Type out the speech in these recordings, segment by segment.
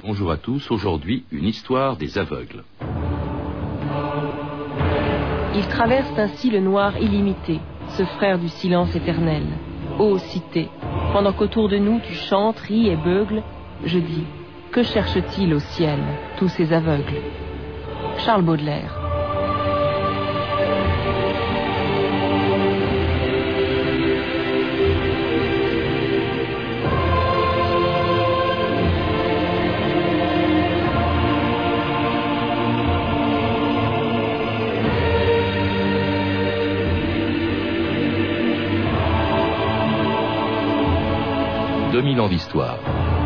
Bonjour à tous, aujourd'hui une histoire des aveugles. Ils traversent ainsi le noir illimité, ce frère du silence éternel. Ô cité, pendant qu'autour de nous tu chantes, ris et beugles, je dis, que cherchent-ils au ciel, tous ces aveugles? Charles Baudelaire. Mille ans d'histoire.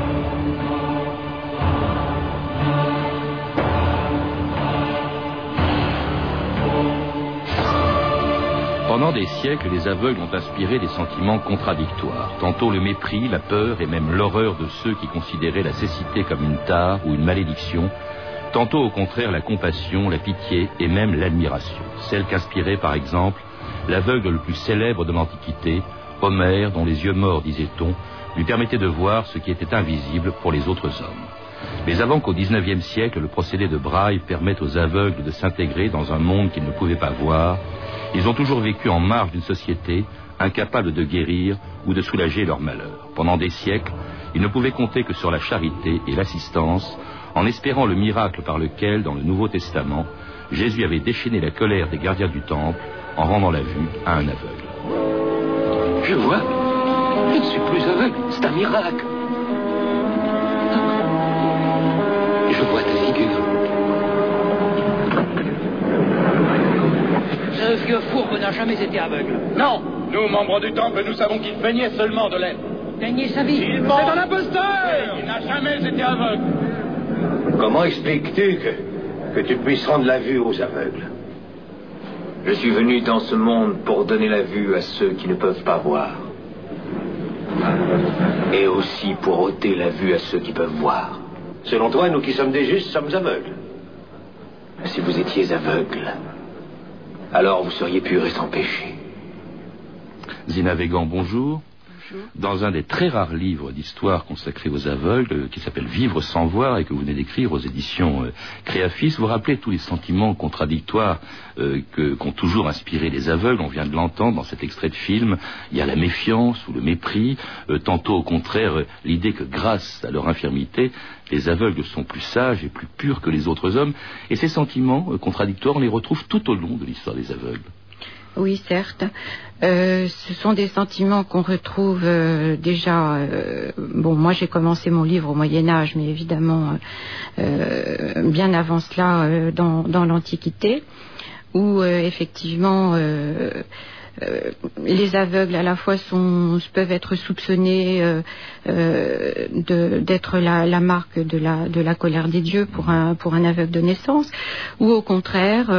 Pendant des siècles, les aveugles ont inspiré des sentiments contradictoires. Tantôt le mépris, la peur et même l'horreur de ceux qui considéraient la cécité comme une tare ou une malédiction. Tantôt au contraire la compassion, la pitié et même l'admiration. Celle qu'inspirait par exemple l'aveugle le plus célèbre de l'Antiquité, Homère, dont les yeux morts, disait-on, lui permettait de voir ce qui était invisible pour les autres hommes. Mais avant qu'au XIXe siècle, le procédé de Braille permette aux aveugles de s'intégrer dans un monde qu'ils ne pouvaient pas voir, ils ont toujours vécu en marge d'une société, incapables de guérir ou de soulager leur malheur. Pendant des siècles, ils ne pouvaient compter que sur la charité et l'assistance, en espérant le miracle par lequel, dans le Nouveau Testament, Jésus avait déchaîné la colère des gardiens du temple en rendant la vue à un aveugle. Je vois. Je ne suis plus aveugle, c'est un miracle. Je vois ta figure. Ce vieux fourbe n'a jamais été aveugle. Non, nous, membres du temple, nous savons qu'il peignait seulement de l'aide. Peignait sa vie. C'est un imposteur. Il n'a jamais été aveugle. Comment expliques-tu que tu puisses rendre la vue aux aveugles? Je suis venu dans ce monde pour donner la vue à ceux qui ne peuvent pas voir. Et aussi pour ôter la vue à ceux qui peuvent voir. Selon toi, nous qui sommes des justes sommes aveugles. Si vous étiez aveugles, alors vous seriez purs et sans péché. Zina Végan, bonjour. Dans un des très rares livres d'histoire consacrés aux aveugles, qui s'appelle Vivre sans voir et que vous venez d'écrire aux éditions Créafis, vous rappelez tous les sentiments contradictoires qu'ont toujours inspiré les aveugles. On vient de l'entendre dans cet extrait de film. Il y a la méfiance ou le mépris, tantôt au contraire l'idée que grâce à leur infirmité, les aveugles sont plus sages et plus purs que les autres hommes. Et ces sentiments contradictoires, on les retrouve tout au long de l'histoire des aveugles. Oui, certes. Ce sont des sentiments qu'on retrouve déjà... moi j'ai commencé mon livre au Moyen-Âge, mais évidemment bien avant cela dans l'Antiquité, où effectivement... les aveugles à la fois peuvent être soupçonnés d'être la marque de la colère des dieux pour un aveugle de naissance, ou au contraire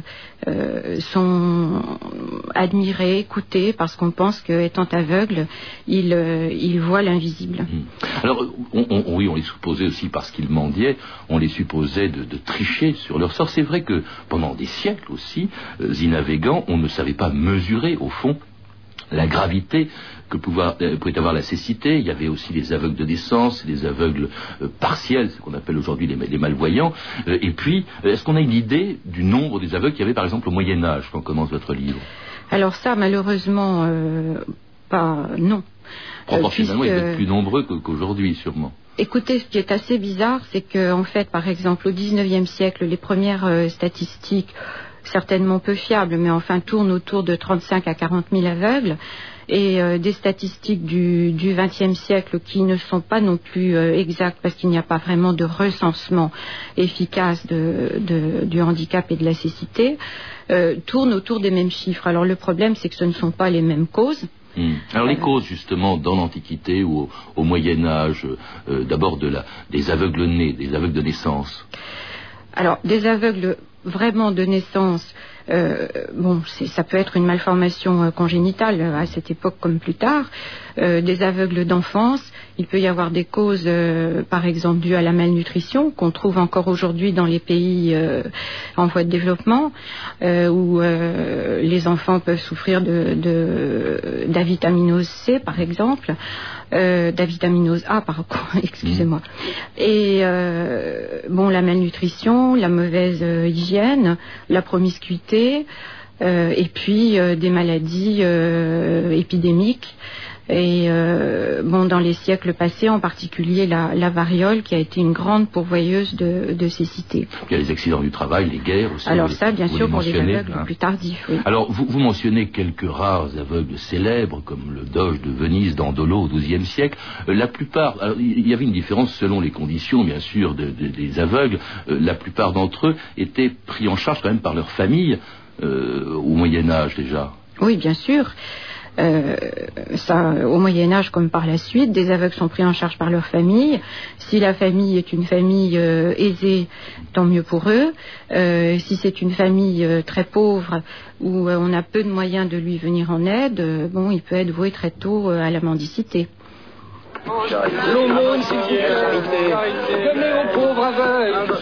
sont admirés, écoutés, parce qu'on pense qu'étant aveugle, ils voient l'invisible. Alors, on les supposait aussi parce qu'ils mendiaient, on les supposait de tricher sur leur sort. C'est vrai que pendant des siècles aussi, Zina Végan, on ne savait pas mesurer, au fond, la gravité que pouvait avoir la cécité. Il y avait aussi les aveugles de naissance, les aveugles partiels, ce qu'on appelle aujourd'hui les malvoyants. Et puis, est-ce qu'on a une idée du nombre des aveugles qu'il y avait, par exemple, au Moyen-Âge, quand commence votre livre? Alors ça, malheureusement, non. Proportionnellement, ils étaient plus nombreux qu'aujourd'hui, sûrement. Écoutez, ce qui est assez bizarre, c'est qu'en fait, par exemple, au XIXe siècle, les premières statistiques, certainement peu fiables, mais enfin tournent autour de 35 à 40 000 aveugles, et des statistiques du XXe siècle qui ne sont pas non plus exactes, parce qu'il n'y a pas vraiment de recensement efficace du handicap et de la cécité, tournent autour des mêmes chiffres. Alors le problème, c'est que ce ne sont pas les mêmes causes. Alors les causes justement dans l'Antiquité ou au Moyen-Âge, d'abord des aveugles nés, des aveugles de naissance. Alors des aveugles vraiment de naissance, ça peut être une malformation congénitale à cette époque comme plus tard. Des aveugles d'enfance, il peut y avoir des causes, par exemple dues à la malnutrition, qu'on trouve encore aujourd'hui dans les pays en voie de développement, où les enfants peuvent souffrir d'avitaminose C, par exemple. D'avitamинose A, excusez-moi. Et la malnutrition, la mauvaise hygiène, la promiscuité, et puis des maladies épidémiques. Et dans les siècles passés, en particulier la variole, qui a été une grande pourvoyeuse de cécité. Il y a les accidents du travail, les guerres aussi. Alors ça, bien sûr, pour les aveugles plus tardifs. Oui. Alors, vous mentionnez quelques rares aveugles célèbres, comme le doge de Venise d'Andolo au XIIe siècle. La plupart, alors, il y avait une différence selon les conditions, bien sûr, des aveugles. La plupart d'entre eux étaient pris en charge quand même par leur famille, au Moyen-Âge déjà. Oui, bien sûr. Au Moyen-Âge comme par la suite, des aveugles sont pris en charge par leur famille. Si la famille est une famille aisée, tant mieux pour eux. Si c'est une famille très pauvre où on a peu de moyens de lui venir en aide, il peut être voué très tôt à la mendicité. L'aumône, s'il vous plaît. Donnez aux pauvres aveugles.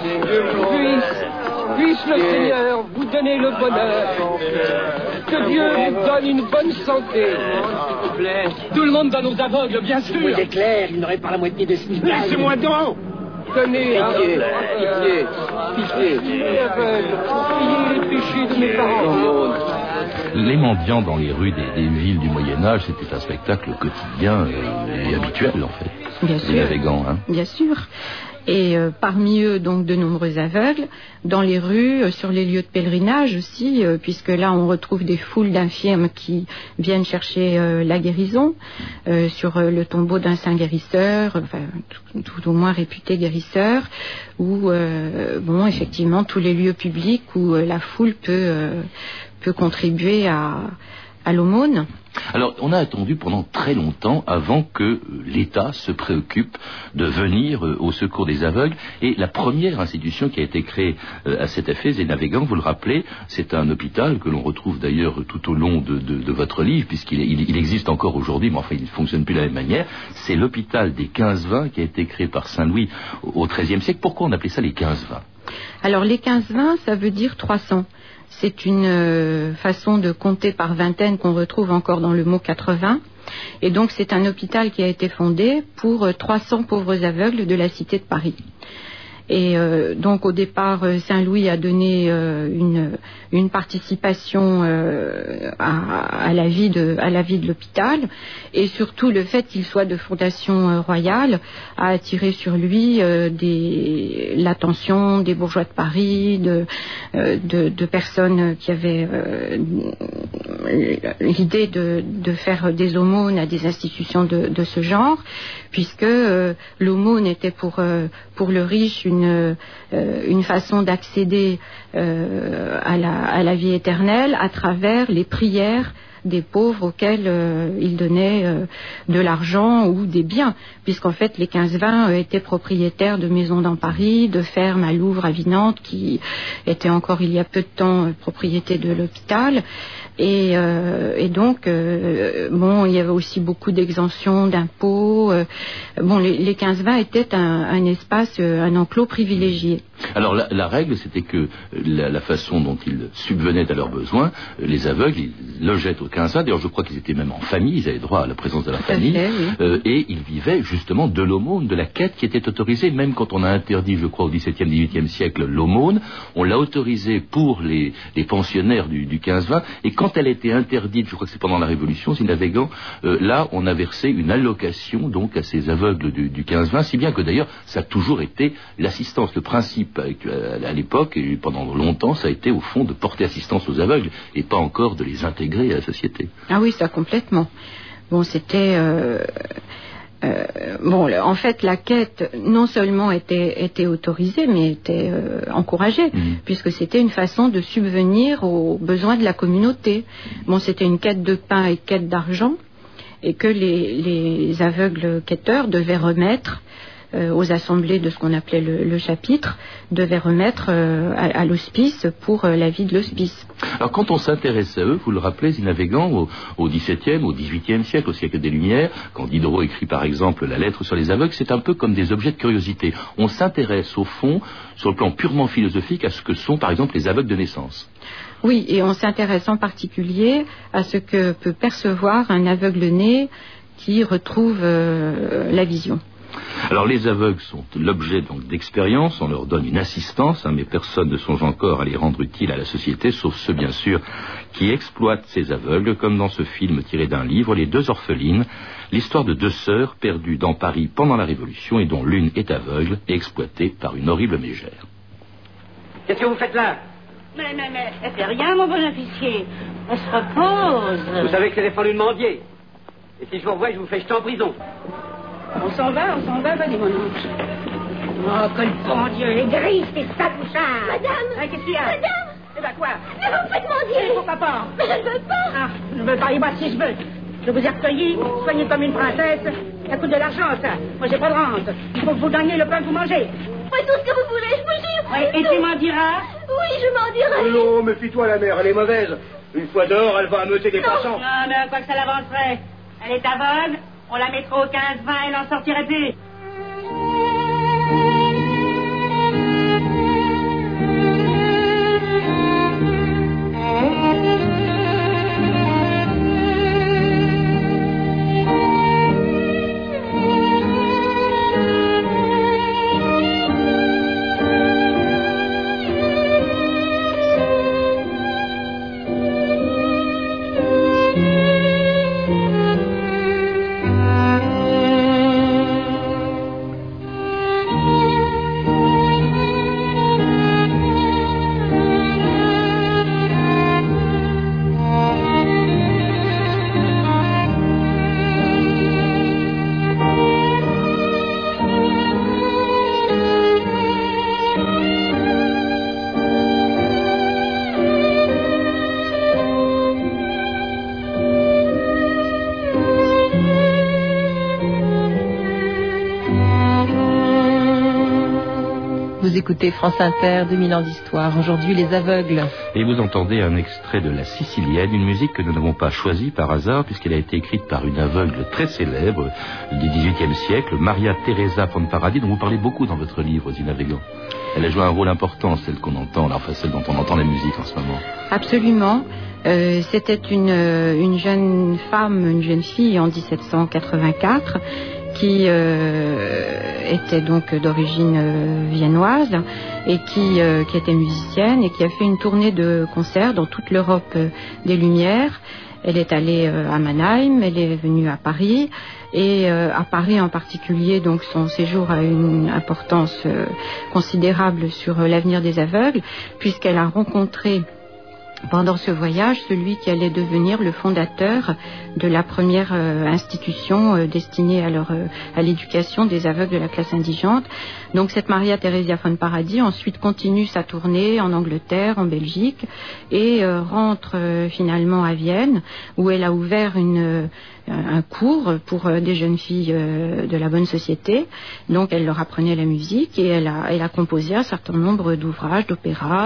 Puisse le Seigneur vous donner le bonheur. Que Dieu vous donne une bonne santé. S'il vous plaît. Tout le monde donne aux aveugles, bien sûr. Il est clair, il n'aurait pas la moitié de ce qu'il gagne. Laissez-moi donc. Tenez, Pitié. les aveugles, priez les péchés de mes parents. Les mendiants dans les rues des villes du Moyen-Âge, c'était un spectacle quotidien et habituel, en fait. Bien sûr. Les navigants, hein. Bien sûr. Et parmi eux, donc, de nombreux aveugles, dans les rues, sur les lieux de pèlerinage aussi, puisque là, on retrouve des foules d'infirmes qui viennent chercher la guérison, sur le tombeau d'un saint guérisseur, tout au moins réputé guérisseur, ou, effectivement, tous les lieux publics où la foule peut contribuer à l'aumône. Alors, on a attendu pendant très longtemps avant que l'État se préoccupe de venir au secours des aveugles. Et la première institution qui a été créée à cet effet, Zénavegant, vous le rappelez, c'est un hôpital que l'on retrouve d'ailleurs tout au long de votre livre, puisqu'il existe encore aujourd'hui, mais enfin il ne fonctionne plus de la même manière. C'est l'hôpital des 15-20 qui a été créé par Saint-Louis au XIIIe siècle. Pourquoi on appelait ça les 15-20 ? Alors, les 15-20, ça veut dire 300. C'est une façon de compter par vingtaine qu'on retrouve encore dans le mot 80. Et donc, c'est un hôpital qui a été fondé pour 300 pauvres aveugles de la cité de Paris. Et donc, au départ, Saint-Louis a donné une participation à la vie de l'hôpital, et surtout le fait qu'il soit de fondation royale a attiré sur lui l'attention des bourgeois de Paris, de personnes qui avaient l'idée de faire des aumônes à des institutions de ce genre, puisque l'aumône était pour le riche une façon d'accéder à la vie éternelle à travers les prières des pauvres auxquels il donnait de l'argent ou des biens, puisqu'en fait les 15-20 étaient propriétaires de maisons dans Paris, de fermes à Louvres, à Vinante, qui étaient encore il y a peu de temps propriété de l'hôpital. Et donc, il y avait aussi beaucoup d'exemptions d'impôts. Les 15-20 étaient un espace, un enclos privilégié. Alors la règle, c'était que la façon dont ils subvenaient à leurs besoins, les aveugles, ils logeaient au 15-20. D'ailleurs, je crois qu'ils étaient même en famille, ils avaient droit à la présence de la famille. Oui. Et ils vivaient justement de l'aumône, de la quête qui était autorisée. Même quand on a interdit, je crois, au XVIIe, XVIIIe siècle, l'aumône, on l'a autorisée pour les pensionnaires du 15-20. Et quand elle était interdite, je crois que c'est pendant la Révolution, Zénavegant, là, on a versé une allocation donc à ces aveugles du 15-20, si bien que d'ailleurs, ça a toujours été l'assistance. Le principe à l'époque, et pendant longtemps, ça a été au fond de porter assistance aux aveugles, et pas encore de les intégrer à la société. Ah oui, ça complètement. C'était... en fait, la quête non seulement était autorisée, mais était encouragée, puisque c'était une façon de subvenir aux besoins de la communauté. C'était une quête de pain et quête d'argent, et que les aveugles quêteurs devaient remettre aux assemblées de ce qu'on appelait le chapitre, devaient remettre à l'hospice pour la vie de l'hospice. Alors quand on s'intéresse à eux, vous le rappelez, Zénavegant, au XVIIe, au XVIIIe siècle, au siècle des Lumières, quand Diderot écrit par exemple la lettre sur les aveugles, c'est un peu comme des objets de curiosité. On s'intéresse au fond, sur le plan purement philosophique, à ce que sont par exemple les aveugles de naissance. Oui, et on s'intéresse en particulier à ce que peut percevoir un aveugle né qui retrouvent la vision. Alors les aveugles sont l'objet donc d'expériences, on leur donne une assistance, mais personne ne songe encore à les rendre utiles à la société, sauf ceux bien sûr qui exploitent ces aveugles, comme dans ce film tiré d'un livre, Les deux orphelines, l'histoire de deux sœurs perdues dans Paris pendant la Révolution et dont l'une est aveugle et exploitée par une horrible mégère. Qu'est-ce que vous faites là? Mais, elle fait rien, mon bon officier. Elle se repose. Vous savez que c'est défendu de mendier. Et si je vous revois, je vous fais jeter en prison. On s'en va, vas-y, mon oncle. Oh, que le bon Dieu, les grises, tes sales mouchards. Madame! Qu'est-ce qu'il y a? Madame! Eh ben quoi? Mais vous faites mendier! Pourquoi pas? Mais je ne veux pas! Ah, je veux pas, et moi si je veux. Je vous ai recueilli, soigné comme une princesse. Ça coûte de l'argent, ça. Moi, j'ai pas de rente. Il faut que vous gagnez le pain que vous mangez. Faites tout ce que vous voulez, je vous jure! Oui, et tu m'en diras? Oui, je m'en dirai! Non, méfie-toi, la mère, elle est mauvaise. Une fois dehors, elle va ameuter des passants. Non, mais quoi que ça l'avancerait. Elle est aveugle, on la mettra au 15-20, elle n'en sortirait plus. Vous écoutez France Inter, 2000 ans d'histoire. Aujourd'hui, les aveugles. Et vous entendez un extrait de La Sicilienne, une musique que nous n'avons pas choisie par hasard, puisqu'elle a été écrite par une aveugle très célèbre du XVIIIe siècle, Maria Teresa Pamparadi, dont vous parlez beaucoup dans votre livre, Zina Végan. Elle a joué un rôle important, celle qu'on entend, enfin celle dont on entend la musique en ce moment. Absolument. C'était une jeune femme, une jeune fille en 1784 qui était donc d'origine viennoise et qui était musicienne et qui a fait une tournée de concerts dans toute l'Europe des Lumières. Elle est allée à Mannheim, elle est venue à Paris et à Paris en particulier, donc son séjour a une importance considérable sur l'avenir des aveugles puisqu'elle a rencontré pendant ce voyage celui qui allait devenir le fondateur de la première institution destinée à l'éducation des aveugles de la classe indigente. Donc cette Maria Theresia von Paradis ensuite continue sa tournée en Angleterre, en Belgique et rentre finalement à Vienne où elle a ouvert un cours pour des jeunes filles de la bonne société. Donc elle leur apprenait la musique et elle a composé un certain nombre d'ouvrages, d'opéras,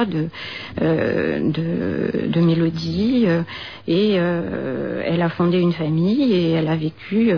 de mélodies et elle a fondé une famille et elle a vécu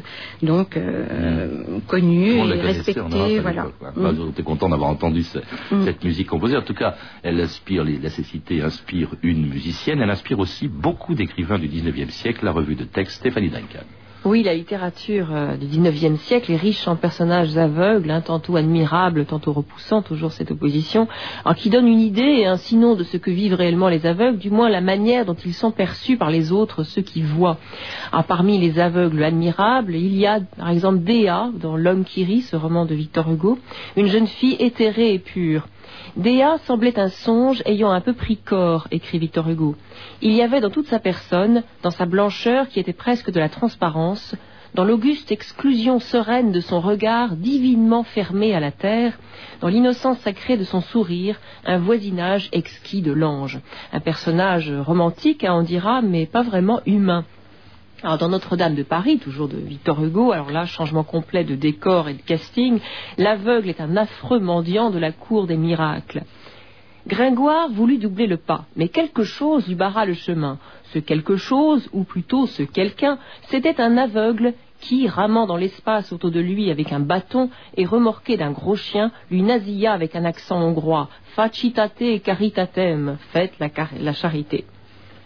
connue et respectée. Voilà. J'étais content d'avoir entendu cette musique composée. En tout cas, elle inspire, la cécité inspire une musicienne. Elle inspire aussi beaucoup d'écrivains du 19e siècle. La revue de texte Stéphanie Duncan. Oui, la littérature du 19e siècle est riche en personnages aveugles, tantôt admirables, tantôt repoussants, toujours cette opposition, qui donne une idée et un sinon de ce que vivent réellement les aveugles, du moins la manière dont ils sont perçus par les autres, ceux qui voient. Parmi les aveugles admirables, il y a par exemple Déa, dans L'homme qui rit, ce roman de Victor Hugo, une jeune fille éthérée et pure. Déa semblait un songe ayant un peu pris corps, écrit Victor Hugo. Il y avait dans toute sa personne, dans sa blancheur qui était presque de la transparence, dans l'auguste exclusion sereine de son regard divinement fermé à la terre, dans l'innocence sacrée de son sourire, un voisinage exquis de l'ange. Un personnage romantique, on dira, mais pas vraiment humain. Alors dans Notre-Dame de Paris, toujours de Victor Hugo, alors là, changement complet de décor et de casting, l'aveugle est un affreux mendiant de la cour des miracles. Gringoire voulut doubler le pas, mais quelque chose lui barra le chemin. Ce quelque chose, ou plutôt ce quelqu'un, c'était un aveugle qui, ramant dans l'espace autour de lui avec un bâton et remorqué d'un gros chien, lui nasilla avec un accent hongrois « Facitate caritatem » faites la charité.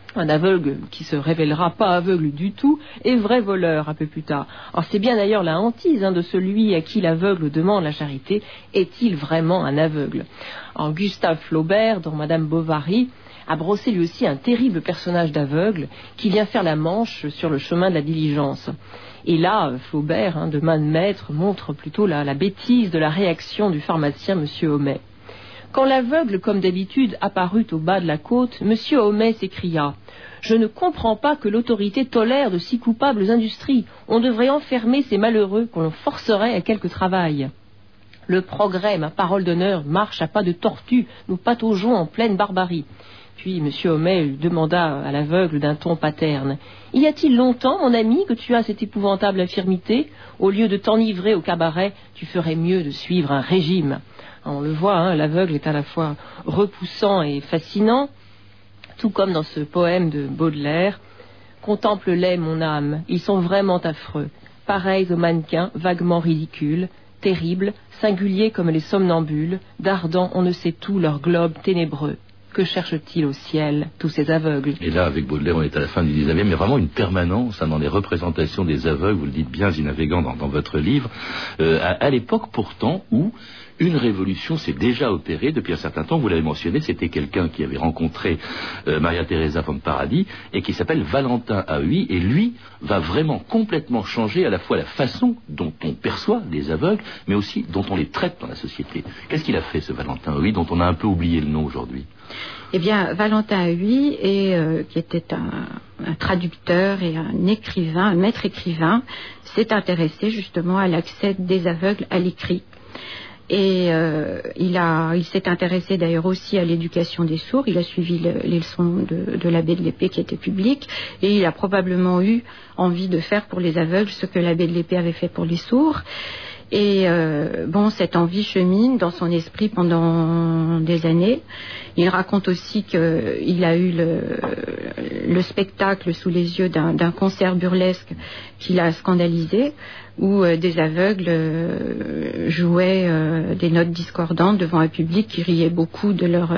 Un aveugle qui se révélera pas aveugle du tout est vrai voleur un peu plus tard. Alors c'est bien d'ailleurs la hantise de celui à qui l'aveugle demande la charité. Est-il vraiment un aveugle? Alors Gustave Flaubert, dans Madame Bovary, a brossé lui aussi un terrible personnage d'aveugle qui vient faire la manche sur le chemin de la diligence. Et là, Flaubert, de main de maître, montre plutôt la bêtise de la réaction du pharmacien M. Homais. Quand l'aveugle, comme d'habitude, apparut au bas de la côte, M. Homais s'écria « Je ne comprends pas que l'autorité tolère de si coupables industries. On devrait enfermer ces malheureux qu'on leur forcerait à quelque travail. Le progrès, ma parole d'honneur, marche à pas de tortue. Nous pataugeons en pleine barbarie. » Puis M. Homais demanda à l'aveugle d'un ton paterne « Y a-t-il longtemps, mon ami, que tu as cette épouvantable infirmité? Au lieu de t'enivrer au cabaret, tu ferais mieux de suivre un régime. » On le voit, l'aveugle est à la fois repoussant et fascinant, tout comme dans ce poème de Baudelaire. « Contemple-les, mon âme, ils sont vraiment affreux, pareils aux mannequins vaguement ridicules, terribles, singuliers comme les somnambules, dardant on ne sait tout leur globe ténébreux. Que cherchent-ils au ciel, tous ces aveugles ?» Et là, avec Baudelaire, on est à la fin du 19e, mais vraiment une permanence dans les représentations des aveugles, vous le dites bien, Zinavégant, dans votre livre, à l'époque pourtant où une révolution s'est déjà opérée depuis un certain temps. Vous l'avez mentionné, c'était quelqu'un qui avait rencontré Maria Teresa von Paradis et qui s'appelle Valentin Haüy, et lui va vraiment complètement changer à la fois la façon dont on perçoit les aveugles, mais aussi dont on les traite dans la société. Qu'est-ce qu'il a fait, ce Valentin Haüy, dont on a un peu oublié le nom aujourd'hui? Eh bien, Valentin Haüy, qui était un traducteur et un écrivain, un maître écrivain, s'est intéressé justement à l'accès des aveugles à l'écrit. Et il s'est intéressé d'ailleurs aussi à l'éducation des sourds. Il a suivi les leçons de l'abbé de l'Épée qui étaient publiques, et il a probablement eu envie de faire pour les aveugles ce que l'abbé de l'Épée avait fait pour les sourds. Et cette envie chemine dans son esprit pendant des années. Il raconte aussi qu'il a eu le spectacle sous les yeux d'un concert burlesque qui l'a scandalisé, où des aveugles jouaient des notes discordantes devant un public qui riait beaucoup de leur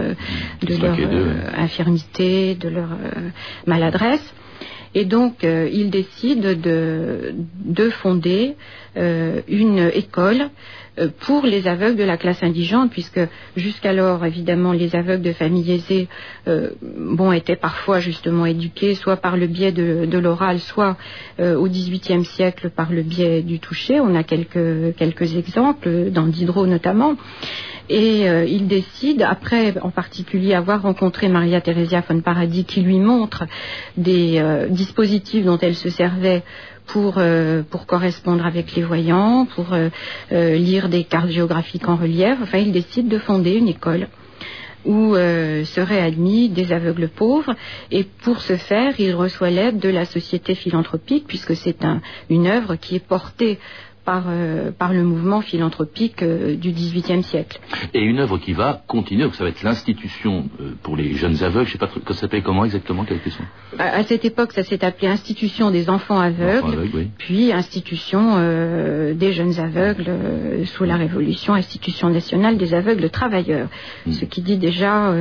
infirmité, de leur maladresse. Et donc, il décide de fonder une école pour les aveugles de la classe indigente, puisque jusqu'alors, évidemment, les aveugles de familles aisées étaient parfois justement éduqués, soit par le biais de l'oral, soit au XVIIIe siècle par le biais du toucher. On a quelques exemples, dans Diderot notamment. Et il décide, après en particulier avoir rencontré Maria Theresia von Paradis, qui lui montre des dispositifs dont elle se servait pour correspondre avec les voyants, pour lire des cartes géographiques en relief. Enfin, il décide de fonder une école où seraient admis des aveugles pauvres, et pour ce faire, il reçoit l'aide de la Société philanthropique, puisque c'est une œuvre qui est portée par le mouvement philanthropique du XVIIIe siècle. Et une œuvre qui va continuer, donc ça va être l'institution pour les jeunes aveugles, je ne sais pas, ça s'appelle comment exactement, quelle question? À cette époque, ça s'est appelé Institution des enfants aveugles, oui. Puis Institution des jeunes aveugles sous la Révolution, Institution nationale des aveugles travailleurs, ce qui dit déjà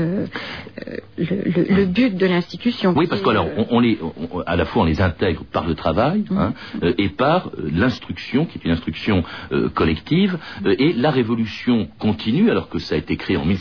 le but de l'institution. Oui, parce qu'alors, à la fois on les intègre par le travail et par l'instruction, qui est une instruction collective, et la Révolution continue, alors que ça a été créé en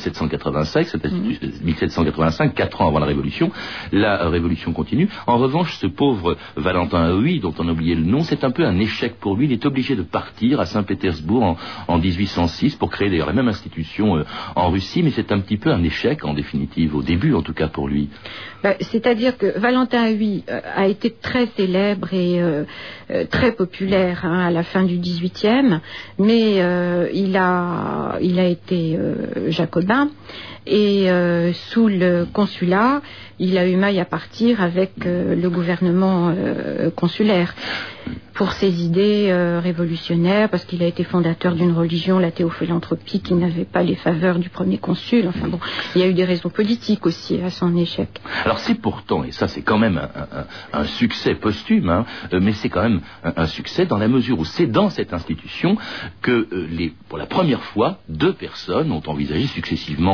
1785, 4 ans avant la Révolution. La Révolution continue. En revanche, ce pauvre Valentin Haüy, dont on a oublié le nom, c'est un peu un échec pour lui. Il est obligé de partir à Saint-Pétersbourg en 1806 pour créer d'ailleurs la même institution en Russie, mais c'est un petit peu un échec en définitive, au début en tout cas pour lui. C'est-à-dire que Valentin Haüy a été très célèbre et très populaire à la fin du XVIIIe, mais il a été jacobin, et sous le consulat, il a eu maille à partir avec le gouvernement consulaire pour ses idées révolutionnaires, parce qu'il a été fondateur d'une religion, la théophilanthropie, qui n'avait pas les faveurs du premier consul. Enfin bon, il y a eu des raisons politiques aussi à son échec. Alors c'est pourtant, et ça c'est quand même un succès posthume, mais c'est quand même un succès dans la mesure où c'est dans cette institution que pour la première fois, 2 personnes ont envisagé successivement de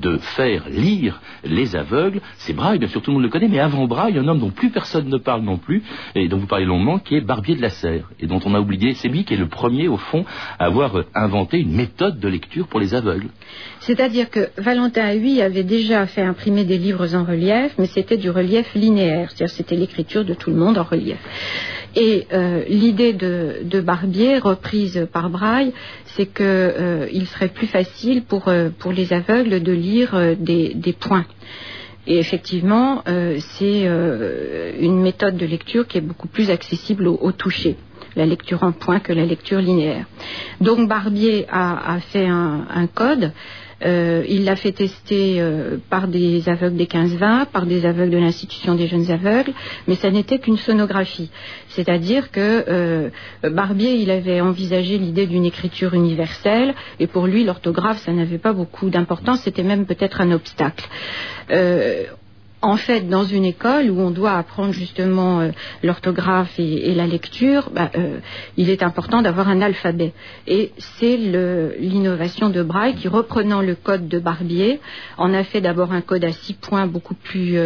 de faire lire les aveugles. C'est Braille, bien sûr, tout le monde le connaît, mais avant Braille, un homme dont plus personne ne parle non plus, et dont vous parlez longuement, qui est Barbier de la Serre, et dont on a oublié, c'est lui qui est le premier, au fond, à avoir inventé une méthode de lecture pour les aveugles. C'est-à-dire que Valentin Huy avait déjà fait imprimer des livres en relief, mais c'était du relief linéaire, c'est-à-dire c'était l'écriture de tout le monde en relief. Et l'idée de Barbier, reprise par Braille, c'est qu'il serait plus facile pour les aveugles de lire des points. Et effectivement, c'est une méthode de lecture qui est beaucoup plus accessible au toucher, la lecture en points que la lecture linéaire. Donc Barbier a fait un code. Il l'a fait tester par des aveugles des 15-20, par des aveugles de l'Institution des jeunes aveugles, mais ça n'était qu'une sonographie. C'est-à-dire que Barbier, il avait envisagé l'idée d'une écriture universelle, et pour lui, l'orthographe, ça n'avait pas beaucoup d'importance, c'était même peut-être un obstacle. En fait, dans une école où on doit apprendre justement l'orthographe et la lecture, il est important d'avoir un alphabet. Et c'est l'innovation de Braille qui, reprenant le code de Barbier, en a fait d'abord un code à 6 points beaucoup plus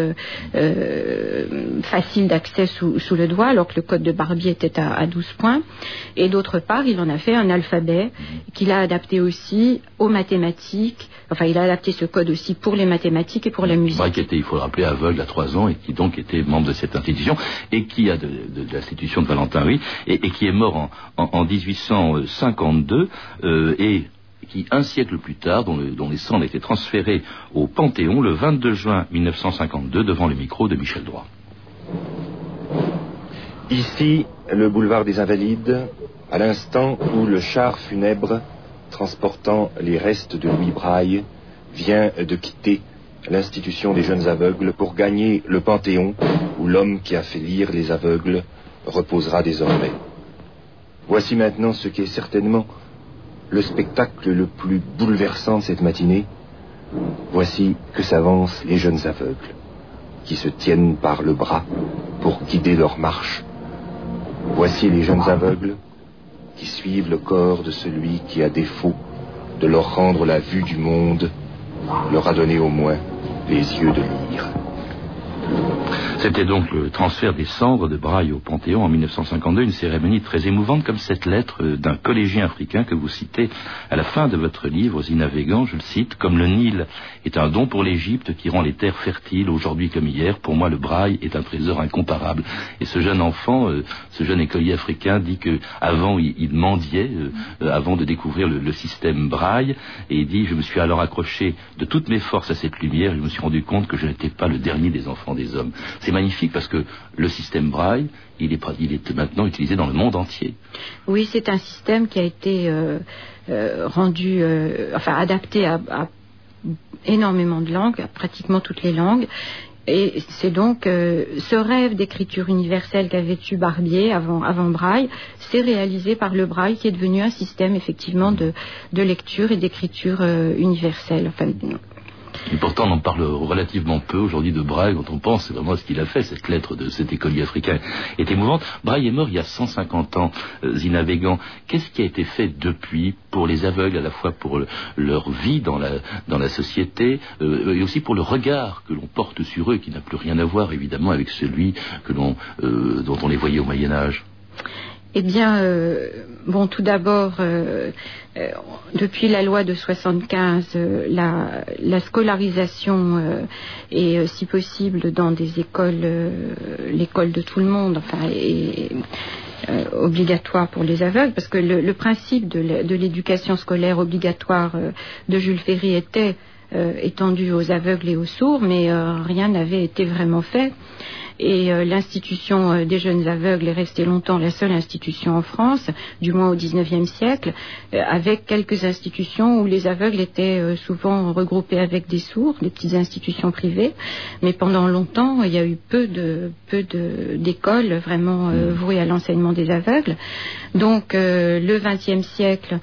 facile d'accès sous le doigt, alors que le code de Barbier était à 12 points. Et d'autre part, il en a fait un alphabet qu'il a adapté aussi aux mathématiques. Enfin, il a adapté ce code aussi pour les mathématiques et pour la musique. Braille qui était, il faut le rappeler, aveugle à 3 ans et qui donc était membre de cette institution et qui a de l'institution de Valentin Huy et qui est mort en 1852 et qui, un siècle plus tard, dont les cendres étaient transférés au Panthéon le 22 juin 1952 devant le micro de Michel Droit. Ici, le boulevard des Invalides, à l'instant où le char funèbre transportant les restes de Louis Braille vient de quitter l'institution des jeunes aveugles pour gagner le Panthéon où l'homme qui a fait lire les aveugles reposera désormais. Voici maintenant ce qui est certainement le spectacle le plus bouleversant de cette matinée. Voici que s'avancent les jeunes aveugles qui se tiennent par le bras pour guider leur marche. Voici les jeunes aveugles qui suivent le corps de celui qui, à défaut de leur rendre la vue du monde, leur a donné au moins les yeux de lire. C'était donc le transfert des cendres de Braille au Panthéon en 1952, une cérémonie très émouvante comme cette lettre d'un collégien africain que vous citez à la fin de votre livre, Zinavégant, je le cite, « Comme le Nil est un don pour l'Égypte qui rend les terres fertiles aujourd'hui comme hier, pour moi le Braille est un trésor incomparable. » Et ce jeune enfant, ce jeune écolier africain dit qu'avant il mendiait, avant de découvrir le système Braille, et il dit « Je me suis alors accroché de toutes mes forces à cette lumière et je me suis rendu compte que je n'étais pas le dernier des enfants des hommes. » C'est magnifique parce que le système Braille, il est maintenant utilisé dans le monde entier. Oui, c'est un système qui a été adapté à énormément de langues, à pratiquement toutes les langues. Et c'est donc ce rêve d'écriture universelle qu'avait eu Barbier avant Braille, c'est réalisé par le Braille qui est devenu un système effectivement de lecture et d'écriture universelle. Enfin, et pourtant, on en parle relativement peu aujourd'hui de Braille quand on pense, c'est vraiment ce qu'il a fait, cette lettre de cet écolier africain est émouvante. Braille est mort il y a 150 ans, Zinavégant. Qu'est-ce qui a été fait depuis pour les aveugles, à la fois pour leur vie dans la société, et aussi pour le regard que l'on porte sur eux, qui n'a plus rien à voir évidemment avec celui dont on les voyait au Moyen-Âge? Eh bien, tout d'abord, depuis la loi de 75, la scolarisation est, si possible, dans des écoles, l'école de tout le monde, est obligatoire pour les aveugles, parce que le principe de l'éducation scolaire obligatoire de Jules Ferry était étendu aux aveugles et aux sourds, mais rien n'avait été vraiment fait. Et l'institution des jeunes aveugles est restée longtemps la seule institution en France, du moins au XIXe siècle, avec quelques institutions où les aveugles étaient souvent regroupés avec des sourds, des petites institutions privées. Mais pendant longtemps, il y a eu peu d'écoles vraiment vouées à l'enseignement des aveugles. Donc le XXe siècle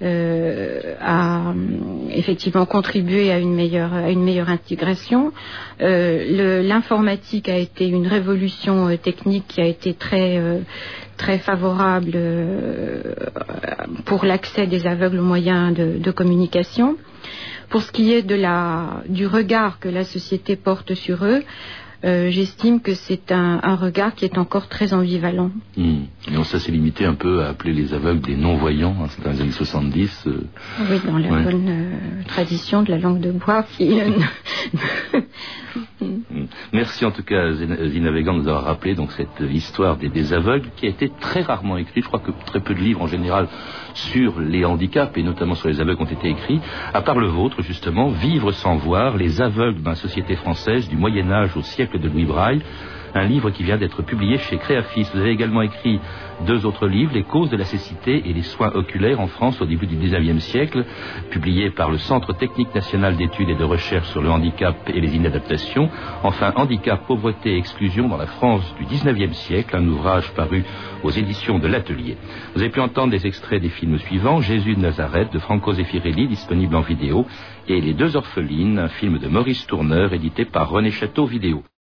a effectivement contribué à une meilleure intégration. L'informatique a été une révolution technique qui a été très favorable pour l'accès des aveugles aux moyens de communication. Pour ce qui est du regard que la société porte sur eux, j'estime que c'est un regard qui est encore très ambivalent. Et ça s'est limité un peu à appeler les aveugles des non-voyants, hein, c'était dans les années 70. Oui, dans la bonne tradition de la langue de bois qui... Merci en tout cas Zina Weygand de nous avoir rappelé donc, cette histoire des aveugles qui a été très rarement écrite. Je crois que très peu de livres en général sur les handicaps et notamment sur les aveugles ont été écrits, à part le vôtre justement, Vivre sans voir, les aveugles dans la société française du Moyen-Âge au siècle de Louis Braille, un livre qui vient d'être publié chez Créafis. Vous avez également écrit 2 autres livres, Les causes de la cécité et les soins oculaires en France au début du XIXe siècle, publiés par le Centre technique national d'études et de recherche sur le handicap et les inadaptations. Enfin, Handicap, pauvreté et exclusion dans la France du XIXe siècle, un ouvrage paru aux éditions de l'Atelier. Vous avez pu entendre des extraits des films suivants, Jésus de Nazareth de Franco Zeffirelli, disponible en vidéo, et Les 2 orphelines, un film de Maurice Tourneur, édité par René Château Vidéo.